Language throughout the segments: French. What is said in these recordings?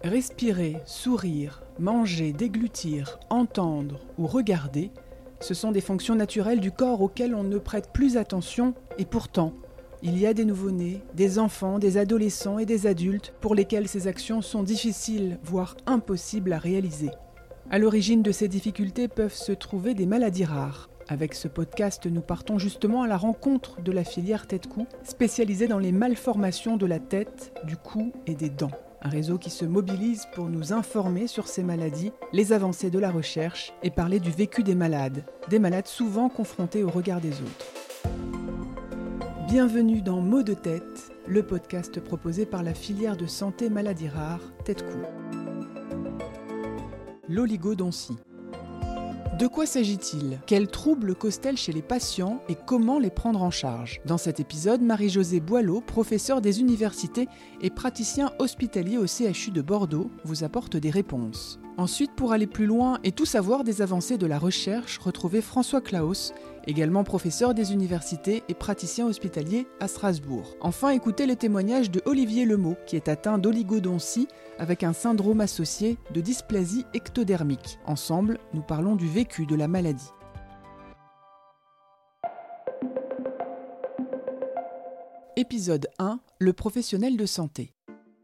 Respirer, sourire, manger, déglutir, entendre ou regarder, ce sont des fonctions naturelles du corps auxquelles on ne prête plus attention et pourtant, il y a des nouveau-nés, des enfants, des adolescents et des adultes pour lesquels ces actions sont difficiles, voire impossibles à réaliser. À l'origine de ces difficultés peuvent se trouver des maladies rares. Avec ce podcast, nous partons justement à la rencontre de la filière Tête-Cou, spécialisée dans les malformations de la tête, du cou et des dents. Un réseau qui se mobilise pour nous informer sur ces maladies, les avancées de la recherche et parler du vécu des malades souvent confrontés au regard des autres. Bienvenue dans Mots de tête, le podcast proposé par la filière de santé maladies rares Tête-Cou. L'oligodontie. De quoi s'agit-il ? Quels troubles causent-elles chez les patients et comment les prendre en charge ? Dans cet épisode, Marie-Josée Boileau, professeure des universités et praticien hospitalier au CHU de Bordeaux, vous apporte des réponses. Ensuite, pour aller plus loin et tout savoir des avancées de la recherche, retrouvez François Claus, également professeur des universités et praticien hospitalier à Strasbourg. Enfin, écoutez les témoignages de Olivier Lemot, qui est atteint d'oligodontie avec un syndrome associé de dysplasie ectodermique. Ensemble, nous parlons du vécu de la maladie. Épisode 1, le professionnel de santé.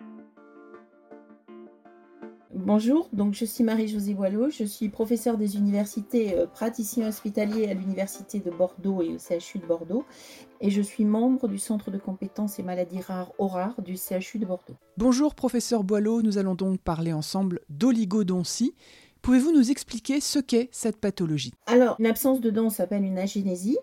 Bonjour, donc je suis Marie-Josée Boileau, je suis professeure des universités, praticien hospitalier à l'université de Bordeaux et au CHU de Bordeaux, et je suis membre du centre de compétences et maladies rares ORAR du CHU de Bordeaux. Bonjour professeur Boileau, nous allons donc parler ensemble d'oligodontie. Pouvez-vous nous expliquer ce qu'est cette pathologie ? Alors, une absence de dents s'appelle une agénésie.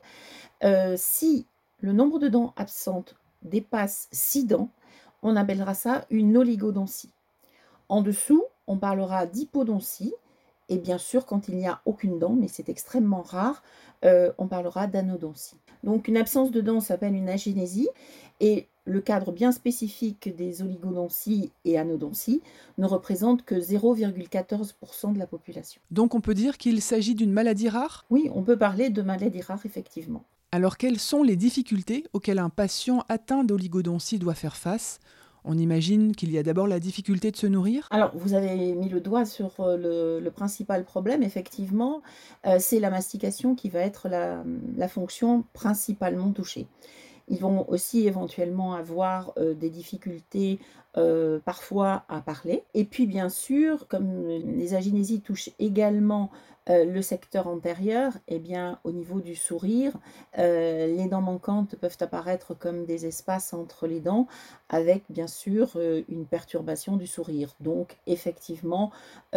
Si le nombre de dents absentes dépasse 6 dents, on appellera ça une oligodontie. En dessous, on parlera d'hypodontie, et bien sûr, quand il n'y a aucune dent, mais c'est extrêmement rare, on parlera d'anodontie. Donc, une absence de dents s'appelle une agénésie, et le cadre bien spécifique des oligodonties et anodonties ne représente que 0,14% de la population. Donc on peut dire qu'il s'agit d'une maladie rare ? Oui, on peut parler de maladie rare, effectivement. Alors quelles sont les difficultés auxquelles un patient atteint d'oligodontie doit faire face ? On imagine qu'il y a d'abord la difficulté de se nourrir ? Alors, vous avez mis le doigt sur le principal problème, effectivement, c'est la mastication qui va être la fonction principalement touchée. Ils vont aussi éventuellement avoir des difficultés parfois à parler. Et puis bien sûr, comme les agénésies touchent également le secteur antérieur, eh bien, au niveau du sourire, les dents manquantes peuvent apparaître comme des espaces entre les dents avec bien sûr une perturbation du sourire. Donc effectivement,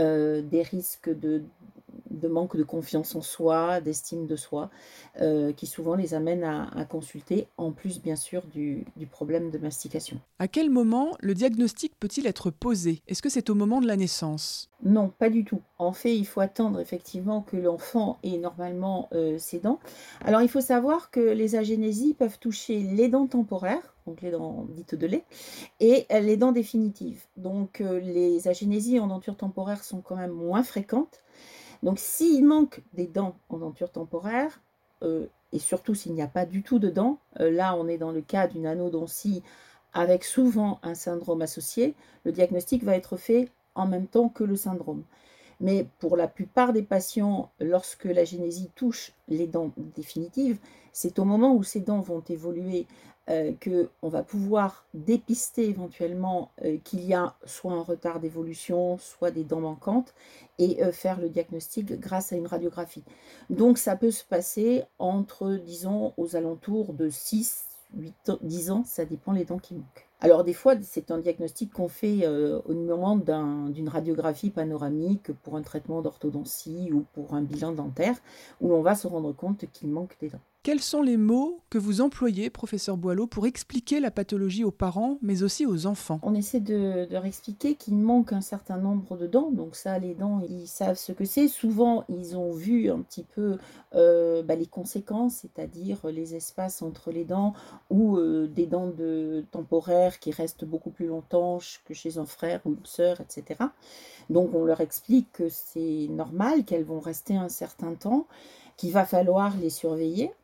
des risques de manque de confiance en soi, d'estime de soi, qui souvent les amènent à consulter, en plus bien sûr du problème de mastication. À quel moment le diagnostic peut-il être posé ? Est-ce que c'est au moment de la naissance ? Non, pas du tout. En fait, il faut attendre effectivement que l'enfant ait normalement ses dents. Alors, il faut savoir que les agénésies peuvent toucher les dents temporaires, donc les dents dites de lait, et les dents définitives. Donc, les agénésies en denture temporaire sont quand même moins fréquentes. Donc, s'il manque des dents en denture temporaire, et surtout s'il n'y a pas du tout de dents, là, on est dans le cas d'une anodontie avec souvent un syndrome associé, le diagnostic va être fait en même temps que le syndrome. Mais pour la plupart des patients, lorsque l'agénésie touche les dents définitives, c'est au moment où ces dents vont évoluer qu'on va pouvoir dépister éventuellement qu'il y a soit un retard d'évolution, soit des dents manquantes, et faire le diagnostic grâce à une radiographie. Donc ça peut se passer entre, disons, aux alentours de 6, 8, 10 ans, ça dépend les dents qui manquent. Alors des fois, c'est un diagnostic qu'on fait au moment d'une radiographie panoramique pour un traitement d'orthodontie ou pour un bilan dentaire, où l'on va se rendre compte qu'il manque des dents. Quels sont les mots que vous employez, professeur Boileau, pour expliquer la pathologie aux parents, mais aussi aux enfants ? On essaie de leur expliquer qu'il manque un certain nombre de dents. Donc ça, les dents, ils savent ce que c'est. Souvent, ils ont vu un petit peu les conséquences, c'est-à-dire les espaces entre les dents ou des dents temporaires qui restent beaucoup plus longtemps que chez un frère ou une sœur, etc. Donc on leur explique que c'est normal, qu'elles vont rester un certain temps, qu'il va falloir les surveiller,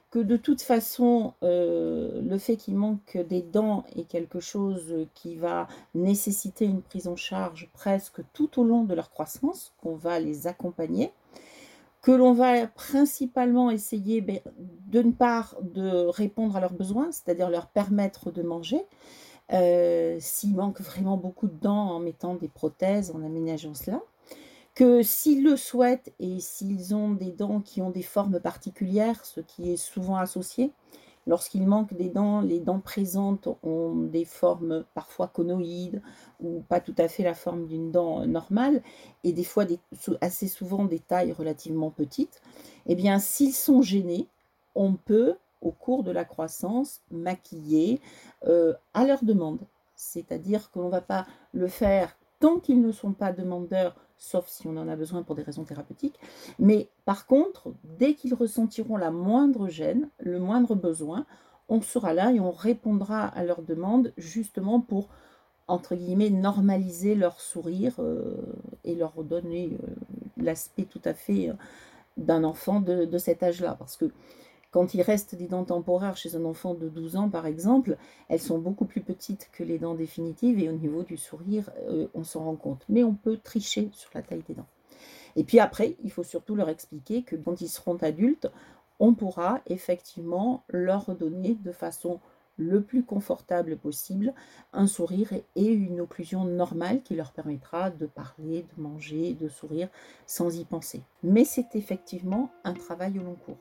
que de toute façon, le fait qu'il manque des dents est quelque chose qui va nécessiter une prise en charge presque tout au long de leur croissance, qu'on va les accompagner, que l'on va principalement essayer, d'une part, de répondre à leurs besoins, c'est-à-dire leur permettre de manger, s'il manque vraiment beaucoup de dents, en mettant des prothèses, en aménageant cela. Que s'ils le souhaitent et s'ils ont des dents qui ont des formes particulières, ce qui est souvent associé, lorsqu'il manque des dents, les dents présentes ont des formes parfois conoïdes ou pas tout à fait la forme d'une dent normale et des fois assez souvent des tailles relativement petites. Eh bien, s'ils sont gênés, on peut, au cours de la croissance, maquiller à leur demande. C'est-à-dire que l'on ne va pas le faire tant qu'ils ne sont pas demandeurs, sauf si on en a besoin pour des raisons thérapeutiques. Mais par contre, dès qu'ils ressentiront la moindre gêne, le moindre besoin, on sera là et on répondra à leurs demandes justement pour, entre guillemets, normaliser leur sourire et leur donner l'aspect tout à fait d'un enfant de cet âge-là. Parce que quand il reste des dents temporaires chez un enfant de 12 ans, par exemple, elles sont beaucoup plus petites que les dents définitives et au niveau du sourire, on s'en rend compte. Mais on peut tricher sur la taille des dents. Et puis après, il faut surtout leur expliquer que quand ils seront adultes, on pourra effectivement leur donner de façon le plus confortable possible un sourire et une occlusion normale qui leur permettra de parler, de manger, de sourire sans y penser. Mais c'est effectivement un travail au long cours.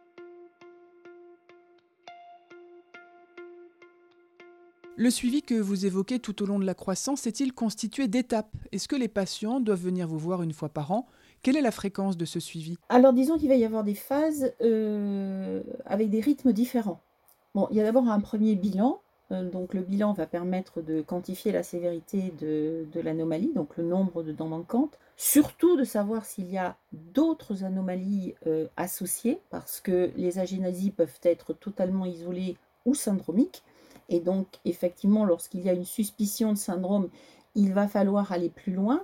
Le suivi que vous évoquez tout au long de la croissance est-il constitué d'étapes? Est-ce que les patients doivent venir vous voir une fois par an? Quelle est la fréquence de ce suivi? Alors disons qu'il va y avoir des phases avec des rythmes différents. Bon, il y a d'abord un premier bilan. Donc le bilan va permettre de quantifier la sévérité de l'anomalie, donc le nombre de dents manquantes. Surtout de savoir s'il y a d'autres anomalies associées, parce que les agénasies peuvent être totalement isolées ou syndromiques. Et donc effectivement, lorsqu'il y a une suspicion de syndrome, il va falloir aller plus loin.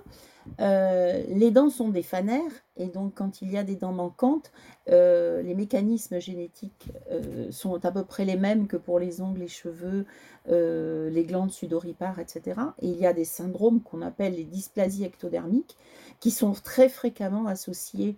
Les dents sont des phanères et donc quand il y a des dents manquantes, les mécanismes génétiques sont à peu près les mêmes que pour les ongles, les cheveux, les glandes sudoripares, etc. Et il y a des syndromes qu'on appelle les dysplasies ectodermiques qui sont très fréquemment associés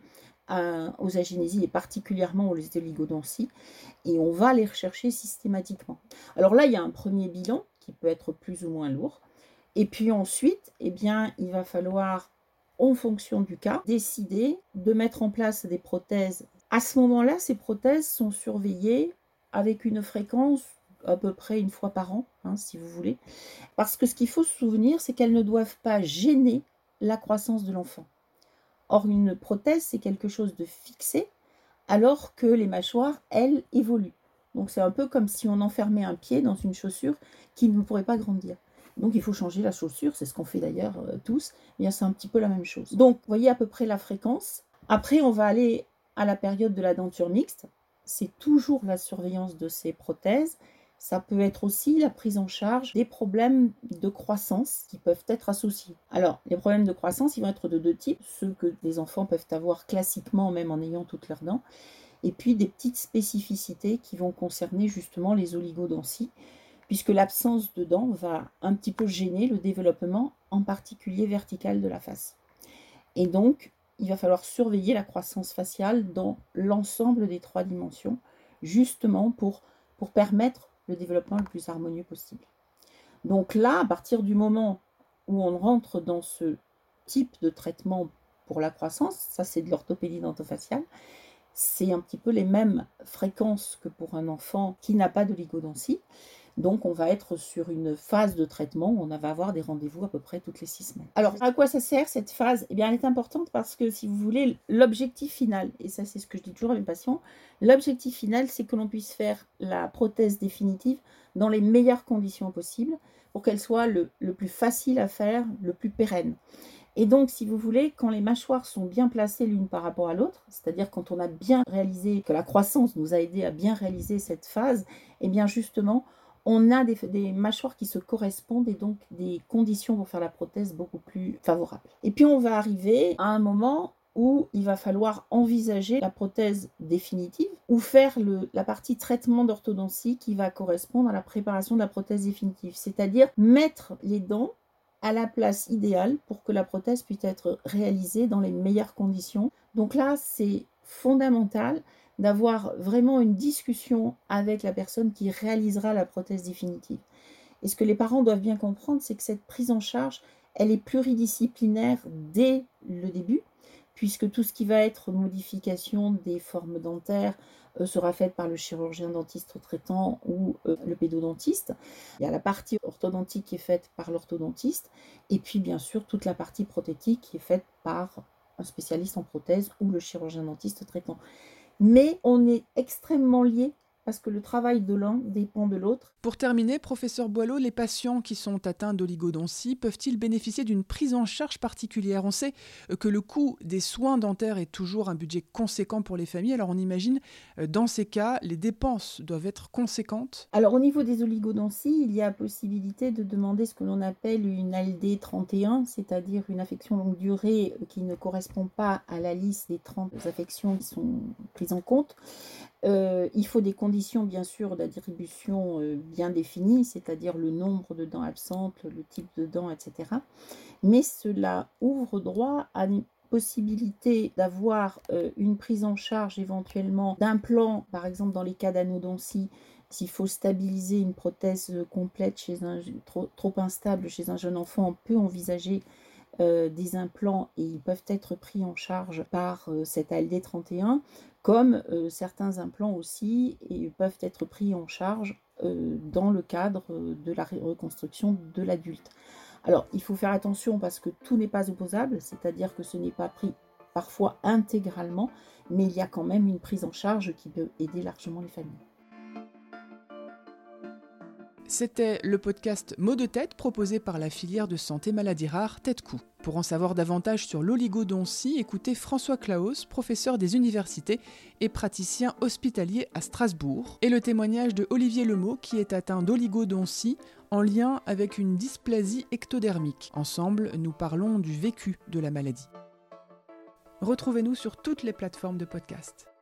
aux agénésies et particulièrement aux oligodonties et on va les rechercher systématiquement. Alors là, il y a un premier bilan qui peut être plus ou moins lourd. Et puis ensuite, eh bien, il va falloir, en fonction du cas, décider de mettre en place des prothèses. À ce moment-là, ces prothèses sont surveillées avec une fréquence à peu près une fois par an, si vous voulez. Parce que ce qu'il faut se souvenir, c'est qu'elles ne doivent pas gêner la croissance de l'enfant. Or, une prothèse, c'est quelque chose de fixé, alors que les mâchoires, elles, évoluent. Donc c'est un peu comme si on enfermait un pied dans une chaussure qui ne pourrait pas grandir. Donc il faut changer la chaussure, c'est ce qu'on fait d'ailleurs tous, et c'est un petit peu la même chose. Donc vous voyez à peu près la fréquence. Après on va aller à la période de la denture mixte, c'est toujours la surveillance de ces prothèses. Ça peut être aussi la prise en charge des problèmes de croissance qui peuvent être associés. Alors, les problèmes de croissance, ils vont être de deux types. Ceux que les enfants peuvent avoir classiquement, même en ayant toutes leurs dents, et puis des petites spécificités qui vont concerner justement les oligodonties, puisque l'absence de dents va un petit peu gêner le développement, en particulier vertical de la face. Et donc, il va falloir surveiller la croissance faciale dans l'ensemble des trois dimensions, justement pour permettre le développement le plus harmonieux possible. Donc là, à partir du moment où on rentre dans ce type de traitement pour la croissance, ça c'est de l'orthopédie dentofaciale, c'est un petit peu les mêmes fréquences que pour un enfant qui n'a pas d'oligodontie. Donc, on va être sur une phase de traitement où on va avoir des rendez-vous à peu près toutes les 6 semaines. Alors, à quoi ça sert cette phase? Eh bien, elle est importante parce que, si vous voulez, l'objectif final, et ça c'est ce que je dis toujours à mes patients, l'objectif final, c'est que l'on puisse faire la prothèse définitive dans les meilleures conditions possibles pour qu'elle soit le plus facile à faire, le plus pérenne. Et donc, si vous voulez, quand les mâchoires sont bien placées l'une par rapport à l'autre, c'est-à-dire quand on a bien réalisé, que la croissance nous a aidé à bien réaliser cette phase, eh bien justement, on a des mâchoires qui se correspondent et donc des conditions pour faire la prothèse beaucoup plus favorables. Et puis on va arriver à un moment où il va falloir envisager la prothèse définitive ou faire la partie traitement d'orthodontie qui va correspondre à la préparation de la prothèse définitive. C'est-à-dire mettre les dents à la place idéale pour que la prothèse puisse être réalisée dans les meilleures conditions. Donc là, c'est fondamental d'avoir vraiment une discussion avec la personne qui réalisera la prothèse définitive. Et ce que les parents doivent bien comprendre, c'est que cette prise en charge, elle est pluridisciplinaire dès le début, puisque tout ce qui va être modification des formes dentaires sera faite par le chirurgien dentiste traitant ou le pédodontiste. Il y a la partie orthodontique qui est faite par l'orthodontiste, et puis bien sûr toute la partie prothétique qui est faite par un spécialiste en prothèse ou le chirurgien dentiste traitant. Mais on est extrêmement liés parce que le travail de l'un dépend de l'autre. Pour terminer, professeur Boileau, les patients qui sont atteints d'oligodontie peuvent-ils bénéficier d'une prise en charge particulière ? On sait que le coût des soins dentaires est toujours un budget conséquent pour les familles. Alors on imagine, dans ces cas, les dépenses doivent être conséquentes. Alors au niveau des oligodonties, il y a possibilité de demander ce que l'on appelle une ALD 31, c'est-à-dire une affection longue durée qui ne correspond pas à la liste des 30 affections qui sont prises en compte. Il faut des conditions bien sûr d'attribution bien définies, c'est-à-dire le nombre de dents absentes, le type de dents, etc. Mais cela ouvre droit à une possibilité d'avoir une prise en charge éventuellement d'implants, par exemple dans les cas d'anodontie, s'il faut stabiliser une prothèse complète chez trop instable chez un jeune enfant, on peut envisager des implants et ils peuvent être pris en charge par cette ALD 31, comme certains implants aussi et peuvent être pris en charge dans le cadre de la reconstruction de l'adulte. Alors, il faut faire attention parce que tout n'est pas opposable, c'est-à-dire que ce n'est pas pris parfois intégralement, mais il y a quand même une prise en charge qui peut aider largement les familles. C'était le podcast Mots de tête proposé par la filière de santé maladies rares Tête-Cou. Pour en savoir davantage sur l'oligodontie, écoutez François Claos, professeur des universités et praticien hospitalier à Strasbourg, et le témoignage de Olivier Lemot qui est atteint d'oligodontie en lien avec une dysplasie ectodermique. Ensemble, nous parlons du vécu de la maladie. Retrouvez-nous sur toutes les plateformes de podcast.